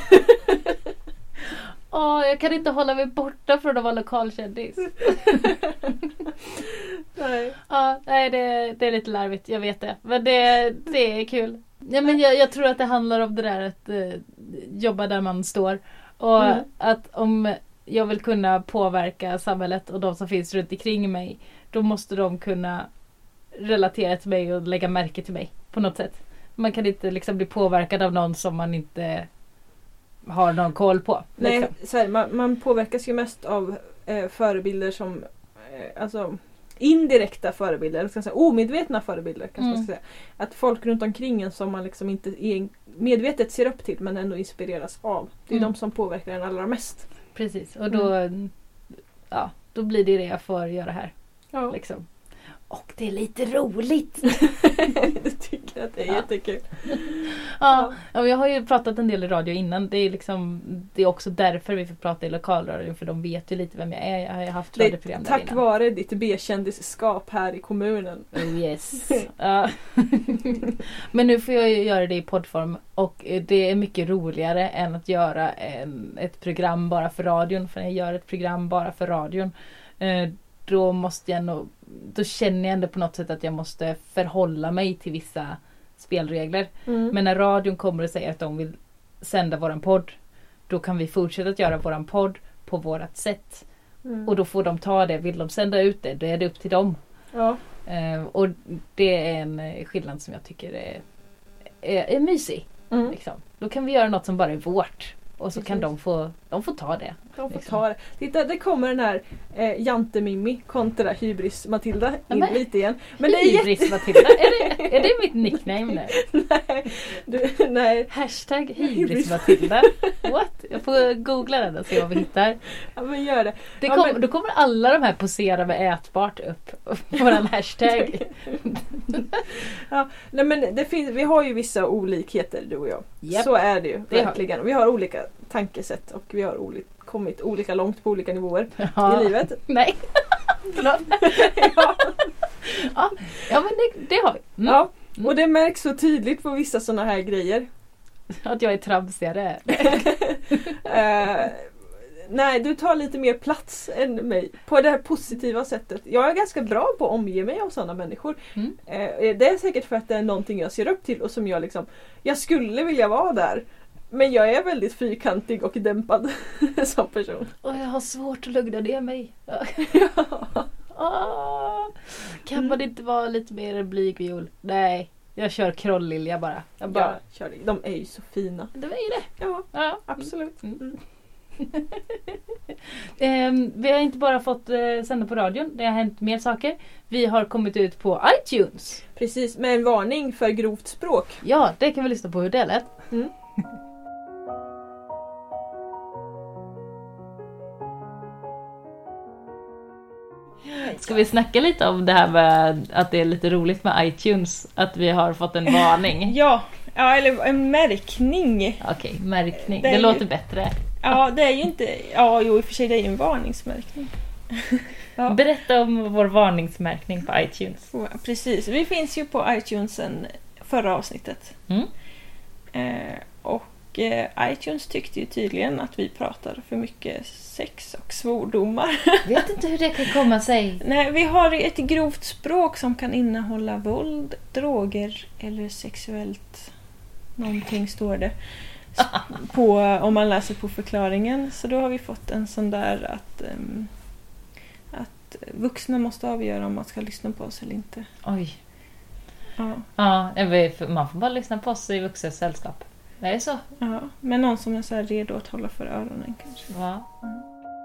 Åh, jag kan inte hålla mig borta från att vara lokalkändis. Nej. Ja, nej, det, det är lite larvigt, jag vet det. Men det, det är kul. Ja, men jag, jag tror att det handlar om det där att eh, jobba där man står. Och mm. att om jag vill kunna påverka samhället och de som finns runt omkring mig, då måste de kunna relatera till mig och lägga märke till mig på något sätt. Man kan inte liksom bli påverkad av någon som man inte har någon koll på. Nej, liksom. så här, man, man påverkas ju mest av eh, förebilder som eh, alltså indirekta förebilder, eller ska jag säga omedvetna förebilder kanske mm. man ska säga. Att folk runt omkring en som man liksom inte medvetet ser upp till men ändå inspireras av. Det är mm. de som påverkar en allra mest. Precis, och då mm. ja, då blir det det jag får göra här. Ja. Liksom. Och det är lite roligt. Du tycker att det är ja. jättekul. Ja, ja, jag har ju pratat en del i radio innan. Det är liksom, det är också därför vi får prata i lokalradion, för de vet ju lite vem jag är. Jag har ju haft radioprogram där tack innan. vare ditt B-kändisskap här i kommunen. Oh yes. Ja. Men nu får jag ju göra det i poddform, och det är mycket roligare än att göra en, ett program bara för radion. För när jag gör ett program bara för radion, eh, då måste jag nog, då känner jag ändå på något sätt att jag måste förhålla mig till vissa spelregler. Mm. Men när radion kommer och säger att de vill sända våran podd, då kan vi fortsätta att göra våran podd på vårat sätt. Mm. Och då får de ta det. Vill de sända ut det, då är det upp till dem. Ja. Uh, och det är en skillnad som jag tycker är, är, är mysig. Mm. Liksom. Då kan vi göra något som bara är vårt. Och så Precis. kan de få, de få ta det. De får liksom. ta det. Titta, det kommer den här eh, Jante Mimmi kontra Hybris Matilda in men, lite igen. Men Hybris det är jätte... Matilda? Är det, är det mitt nickname nu? nej, du, nej. Hashtag Hybris Matilda. What? Jag får googla den och se vad vi hittar. Ja, men gör det. det ja, kom, men... Då kommer alla de här posera med ätbart upp på våran hashtag. ja, nej, men det finns, vi har ju vissa olikheter, du och jag. Yep. Så är det ju, det verkligen. Har vi. vi har olika tankesätt och vi har oli- kommit olika långt på olika nivåer ja. i livet. Nej. Förlåt. ja. ja. ja, men det, det har vi. Mm. Ja, och det märks så tydligt på vissa sådana här grejer. Att jag är tramsigare. uh, nej, du tar lite mer plats än mig. På det här positiva sättet. Jag är ganska bra på att omge mig av sådana människor. Mm. Uh, det är säkert för att det är någonting jag ser upp till och som jag liksom... Jag skulle vilja vara där. Men jag är väldigt fyrkantig och dämpad som person. Och jag har svårt att lugna ner mig. ja. ah, kan mm. man inte vara lite mer blyg viol? Nej. Jag kör krolllilja bara. Jag bara ja, kör det. De är ju så fina. Det är ju det. Ja, ja. absolut. Mm. eh, vi har inte bara fått eh, sända på radion. Det har hänt mer saker. Vi har kommit ut på iTunes. Precis, med en varning för grovt språk. Ja, det kan vi lyssna på hur det lät. Mm. Ska vi snacka lite om det här med att det är lite roligt med iTunes? Att vi har fått en varning. Ja, ja eller en märkning. Okej, märkning. Det, det det låter ju, bättre. Ja, det är ju inte... Ja, jo, i och för sig det är ju en varningsmärkning. Ja. Berätta om vår varningsmärkning på iTunes. Ja, precis, vi finns ju på iTunes sen förra avsnittet. Mm. Eh, och eh, iTunes tyckte ju tydligen att vi pratar för mycket sex och svordomar. Vet inte hur det kan komma sig. Nej, vi har ett grovt språk som kan innehålla våld, droger eller sexuellt någonting står det på, om man läser på förklaringen. Så då har vi fått en sån där att, um, att vuxna måste avgöra om man ska lyssna på oss eller inte. Oj. Ja, ja man får bara lyssna på oss i vuxens sällskap. Det är så. ja, men någon som är så här redo att hålla för öronen kanske. Ja. Mm.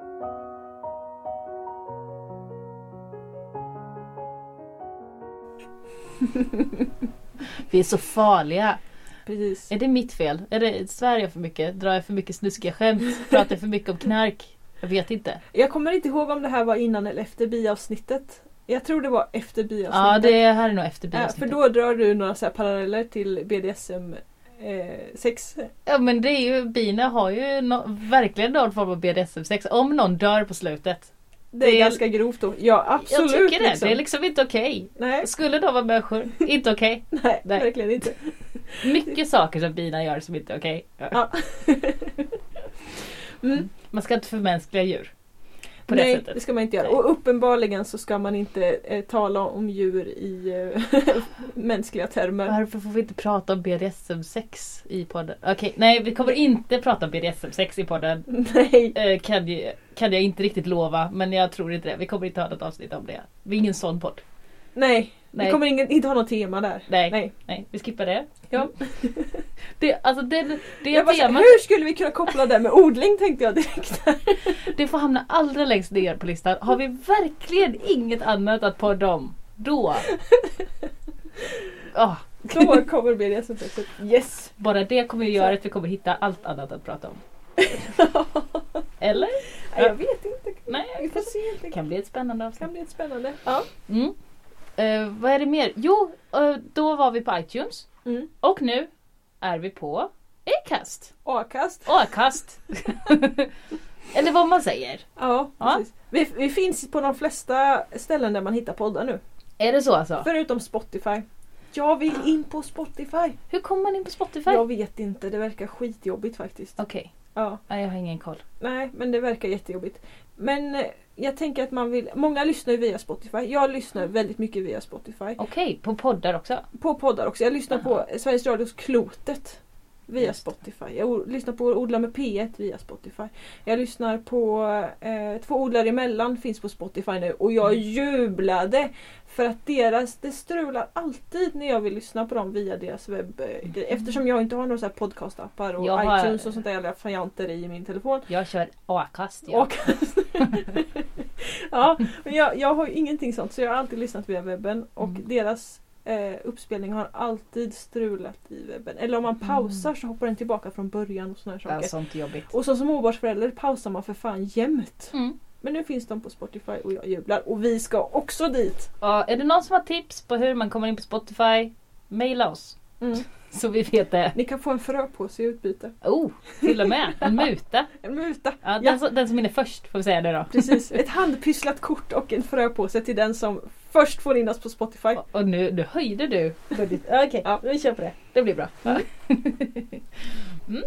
Vi är så farliga. Precis. Är det mitt fel? Är det svär jag för mycket? Drar jag för mycket snuskiga skämt? Pratar jag för mycket om knark? Jag vet inte. Jag kommer inte ihåg om det här var innan eller efter biavsnittet. Jag tror det var efter biavsnittet. Ja, det här är nog efter biavsnittet. För då drar du några så här paralleller till B D S M eh, sex. Ja, men det är ju, bina har ju no, verkligen någon form av B D S M sex. Om någon dör på slutet. Det är, det är ganska grovt då. Ja, absolut. Jag tycker det. Liksom. Det är liksom inte okej. Nej. Skulle de vara människor? Inte okej. Nej, Nej, verkligen inte. Mycket saker som bina gör som inte är okej. Ja. mm. Man ska inte förmänskliga djur. På Nej, det sättet. det ska man inte göra. Och uppenbarligen så ska man inte eh, tala om djur i eh, mänskliga termer. Varför får vi inte prata om B D S M sex i podden? Okej, okay, nej, vi kommer inte prata om B D S M sex i podden. Nej. Eh, kan, jag, kan jag inte riktigt lova, men jag tror inte det. Vi kommer inte ha något avsnitt om det. Vi är ingen sån podd. Nej, nej. vi kommer ingen, inte ha något tema där. Nej, nej, nej. Vi skippar det. Ja. det, alltså det, det jag bara, temat... hur skulle vi kunna koppla det med odling, tänkte jag direkt. Det får hamna allra längst ner på listan. Har vi verkligen inget annat att podda om? Då. Oh. Då kommer B D S M-sexet. Yes. Bara det kommer ju göra att vi kommer hitta allt annat att prata om. Eller? Nej, jag vet inte. Nej, vi får se. Det kan bli ett spännande avsnitt. Kan bli ett spännande. Ja. Mm. Uh, vad är det mer? Jo, uh, då var vi på iTunes. Mm. Och nu är vi på Acast. Acast. Acast. Eller vad man säger. Ja, precis. Ja. Vi, vi finns på de flesta ställen där man hittar poddar nu. Är det så alltså? Förutom Spotify. Jag vill in på Spotify. Hur kommer man in på Spotify? Jag vet inte, det verkar skitjobbigt faktiskt. Okej. Okay. Ja. Nej, jag har ingen koll. Nej, men det verkar jättejobbigt. Men eh, jag tänker att man vill... Många lyssnar ju via Spotify. Jag lyssnar väldigt mycket via Spotify. Okej, okay, på poddar också? På poddar också. Jag lyssnar Aha. på Sveriges Radios Klotet via Just. Spotify. Jag lyssnar på Odla med P ett via Spotify. Jag lyssnar på eh, Två odlare emellan finns på Spotify nu. Och jag jublade för att deras, det strular alltid när jag vill lyssna på dem via deras webb. Eftersom jag inte har några så här podcastappar och jag iTunes har... och sånt där jävla fanjanter i min telefon. Jag kör Acast. Ja, Acast. Ja, men jag, jag har ju ingenting sånt så jag har alltid lyssnat via webben och mm. deras eh, uppspelning har alltid strulat i webben. Eller om man pausar mm. så hoppar den tillbaka från början och såna här saker. Ja, sånt jobbigt. Och så som småbarnsförälder pausar man för fan jämt. Mm. Men nu finns de på Spotify och jag jublar. Och vi ska också dit. Ja, är det någon som har tips på hur man kommer in på Spotify? Maila oss. Mm. Så vi vet det. Ni kan få en fröpåse i utbyte. Oh, till och med. En muta. En muta. Ja, den, Ja. som- den som är först får vi säga det då. Precis, ett handpysslat kort och en fröpåse till den som först får in oss på Spotify. Och, och nu, nu höjde du budget. Okej, okay, Ja. vi kör på det. Det blir bra. Mm. Mm.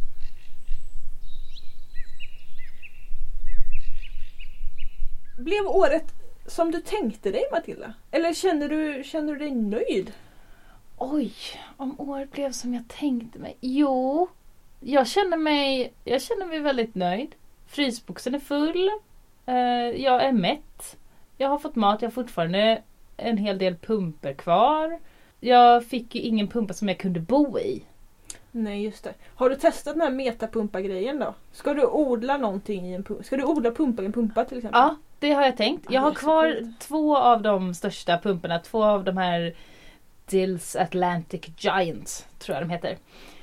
Blev året som du tänkte dig, Matilda? Eller känner du, känner du dig nöjd? Oj, om året blev som jag tänkte mig. Jo, jag känner mig, jag känner mig väldigt nöjd. Frysboxen är full. Eh, jag är mätt. Jag har fått mat. Jag har fortfarande en hel del pumper kvar. Jag fick ju ingen pumpa som jag kunde bo i. Nej, just det. Har du testat den här metapumpa-grejen då? Ska du odla någonting i en pumpa? Ska du odla pumpa i en pumpa till exempel? Ja, det har jag tänkt. Jag Ja, har det är så kvar coolt. två av de största pumporna. Två av de här Dills Atlantic Giant, tror jag de heter.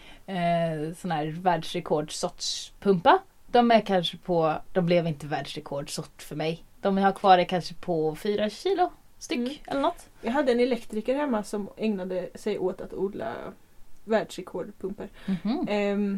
Eh, sån här världsrekordsorts pumpa. De är kanske på, de blev inte världsrekordsort för mig. De jag har kvar är kanske på fyra kilo styck Mm. eller något. Jag hade en elektriker hemma som ägnade sig åt att odla världsrekordpumper. Mhm. Ehm,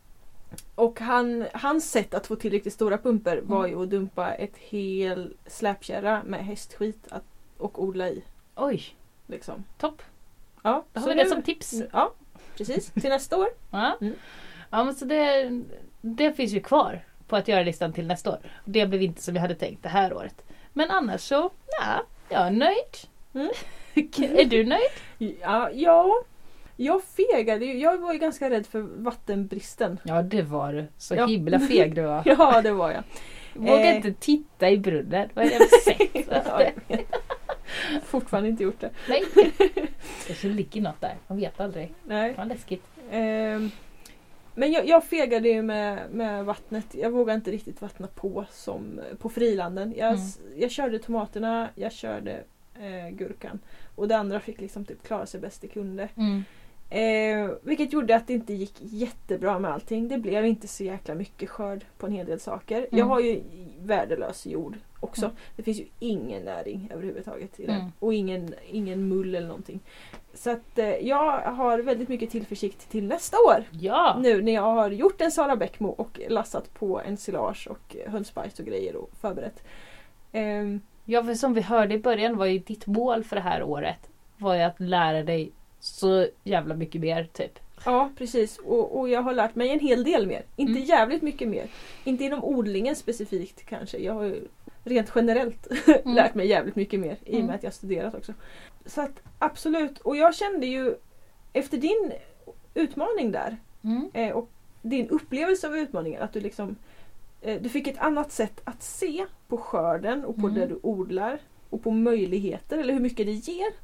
och han, hans sätt att få till riktigt stora pumper var ju att dumpa ett hel släpkärra med hästskit att, och odla i. Oj, Liksom. topp. Ja, Då har så vi det nu- som tips. nu- Ja, precis. Till nästa år. Ja, Mm. ja men så det, det finns ju kvar på att göra listan till nästa år. Det blev inte som jag hade tänkt det här året. Men annars så, ja, jag är nöjd. Mm. Är du nöjd? Ja, ja, jag fegade ju. Jag var ju ganska rädd för vattenbristen. Ja, det var du. Så Ja. himla feg du var. Ja, det var jag. Våga Eh. inte titta i brunnen. Vad är det jag sett? Ja, jag vet. Fortfarande inte gjort det. Nej. Kanske ligger något där. Man vet aldrig. Nej. Vad läskigt. Ehm, men jag, jag fegade ju med, med vattnet. Jag vågade inte riktigt vattna på som på frilanden. Jag, Mm. jag körde tomaterna, jag körde eh, gurkan. Och det andra fick liksom typ klara sig bäst det kunde. Mm. Eh, vilket gjorde att det inte gick jättebra med allting. Det blev inte så jäkla mycket skörd på en hel del saker. Mm. Jag har ju värdelös jord också. Mm. Det finns ju ingen näring överhuvudtaget i den. Mm. Och ingen, ingen mull eller någonting. Så att eh, jag har väldigt mycket tillförsikt till nästa år. Ja. Nu när jag har gjort en Sara Bäckmo och lassat på en silage och hönsbajs och grejer och förberett. Ehm, Ja, för som vi hörde i början var ju ditt mål för det här året var ju att lära dig så jävla mycket mer typ. Ja, precis. Och, och jag har lärt mig en hel del mer. Inte Mm. jävligt mycket mer. Inte inom odlingen specifikt kanske. Jag har ju rent generellt Mm. lärt mig jävligt mycket mer i och Mm. med att jag studerat också. Så att absolut. Och jag kände ju efter din utmaning där Mm. eh, och din upplevelse av utmaningen att du liksom eh, du fick ett annat sätt att se på skörden och på Mm. det du odlar och på möjligheter eller hur mycket det ger.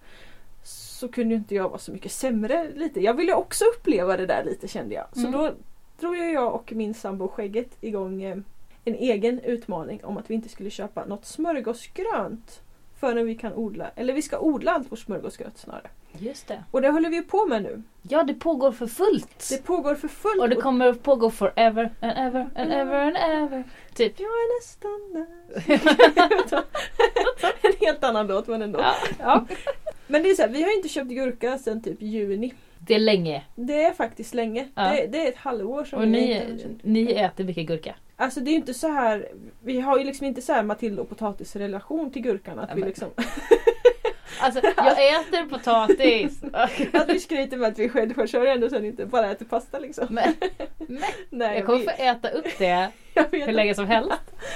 Så kunde ju inte jag vara så mycket sämre lite. Jag ville också uppleva det där lite kände jag. Så Mm. då drog ju jag och min sambo Skägget igång eh, en egen utmaning om att vi inte skulle köpa något smörgåsgrönt förrän vi kan odla. Eller vi ska odla allt vårt smörgåsgröt snarare. Just det. Och det håller vi på med nu. Ja, det pågår för fullt. Det pågår för fullt. Och det kommer att pågå forever and ever and ever and ever. Typ. Jag är nästan där. En helt annan låt men ändå. Ja. Ja. Men det är så här, vi har inte köpt gurka sedan typ juni. Det är länge. Det är faktiskt länge. Ja. Det, det är ett halvår som Och vi ni, inte har köpt. ni äter mycket gurka. Alltså det är ju inte så här. Vi har ju liksom inte så här Matilda och potatisrelation till gurkan. Att Ja, vi men- liksom Alltså, jag äter potatis. att vi skryter med att vi är självförsörjande och sen inte bara äter pasta liksom. Men, men Nej, jag kommer vi, få äta upp det jag vet hur länge som helst.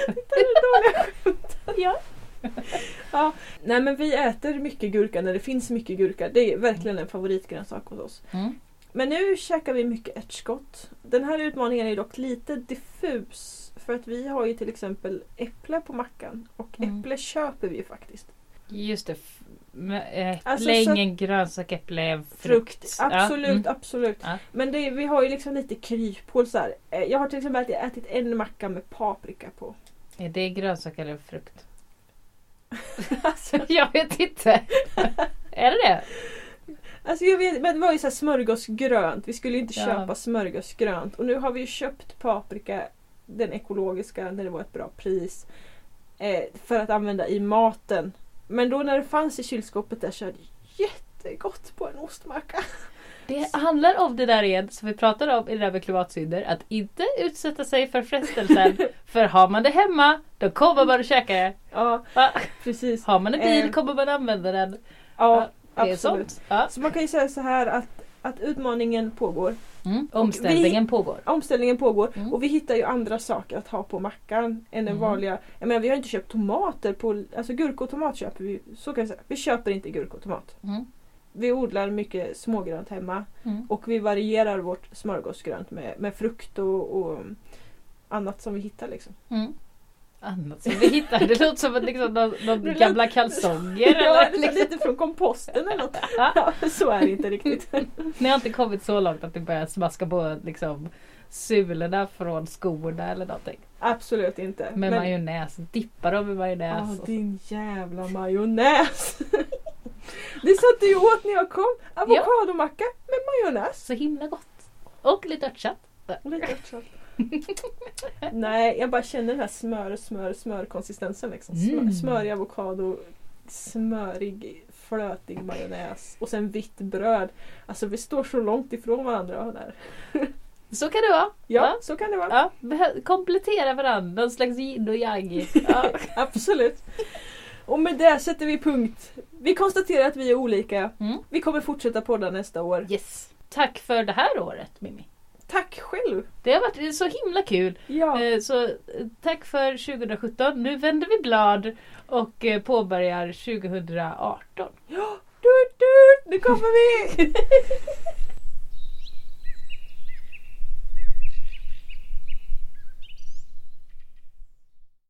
ja. Ja. Nej men vi äter mycket gurka när det finns mycket gurka. Det är verkligen en favoritgrönsak hos oss. Mm. Men nu käkar vi mycket ärtskott. Den här utmaningen är dock lite diffus. För att vi har ju till exempel äpple på mackan. Och Mm. äpple köper vi ju faktiskt. Just det. F- med, äh, Alltså, äpple är så- ingen grönsak, äpple är frukt. Frukt. Absolut, Ja, mm. absolut. Ja. Men det, vi har ju liksom lite kryphål så här. Eh, Jag har till exempel ätit, ätit en macka med paprika på. Är det grönsak eller frukt? alltså, Jag vet inte. Är det det? alltså jag vet, men det var ju så här smörgåsgrönt. Vi skulle ju inte Ja. köpa smörgåsgrönt. Och nu har vi ju köpt paprika, den ekologiska, när det var ett bra pris. Eh, för att använda i maten. Men då när det fanns i kylskåpet där så är det jättegott på en ostmacka. Det handlar om det där igen som vi pratade om i det där med klimatsynder. Att inte utsätta sig för frestelsen. För har man det hemma, då kommer man att käka det. Ja, Ja. precis. Har man en bil Eh, kommer man använda den. Ja, det är absolut. sånt. Ja. Så man kan ju säga så här att, att utmaningen pågår. Mm. Omställningen vi, pågår. Omställningen pågår. Mm. Och vi hittar ju andra saker att ha på mackan än den Mm. vanliga. Jag menar, vi har inte köpt tomater på, alltså gurka och tomat köper vi. Så kan jag säga. Vi köper inte gurka och tomat. Mm. Vi odlar mycket smågrönt hemma. Mm. Och vi varierar vårt smörgåsgrönt med, med frukt och, och annat som vi hittar liksom. Mm. Annat som vi hittar. Det låter som att liksom någon, någon Det gamla låter- kalsonger. Ja, eller det är liksom. lite från komposten eller något. Ja, så är det inte riktigt. Ni har inte kommit så långt att ni börjar smaska på liksom, sulorna från skorna eller någonting. Absolut inte. Med Men- majonnäs. Dippa dem i majonnäs. Ja, och- din jävla majonnäs. Det satt du ju åt när jag kom. Avokadomacka med majonnäs. Så himla gott. Och lite örtkött. Lite örtkött. Nej, jag bara känner den här smör, smör, smör konsistensen liksom. Smör, Mm. Smörig avokado, smörig, flötig majonnäs och sen vitt bröd. Alltså vi står så långt ifrån varandra där. Så kan det vara. Ja, Ja. så kan det vara. Ja, behö- komplettera varandra. Någon slags yin och yang. Ja. Absolut. Och med det sätter vi punkt. Vi konstaterar att vi är olika. Mm. Vi kommer fortsätta podda nästa år. Yes. Tack för det här året, Mimmi. Tack själv! Det har varit så himla kul. Ja, Eh, Så eh, tack för tjugohundrasjutton. Nu vänder vi blad och eh, påbörjar tjugohundraarton. Dut, dut, nu kommer vi!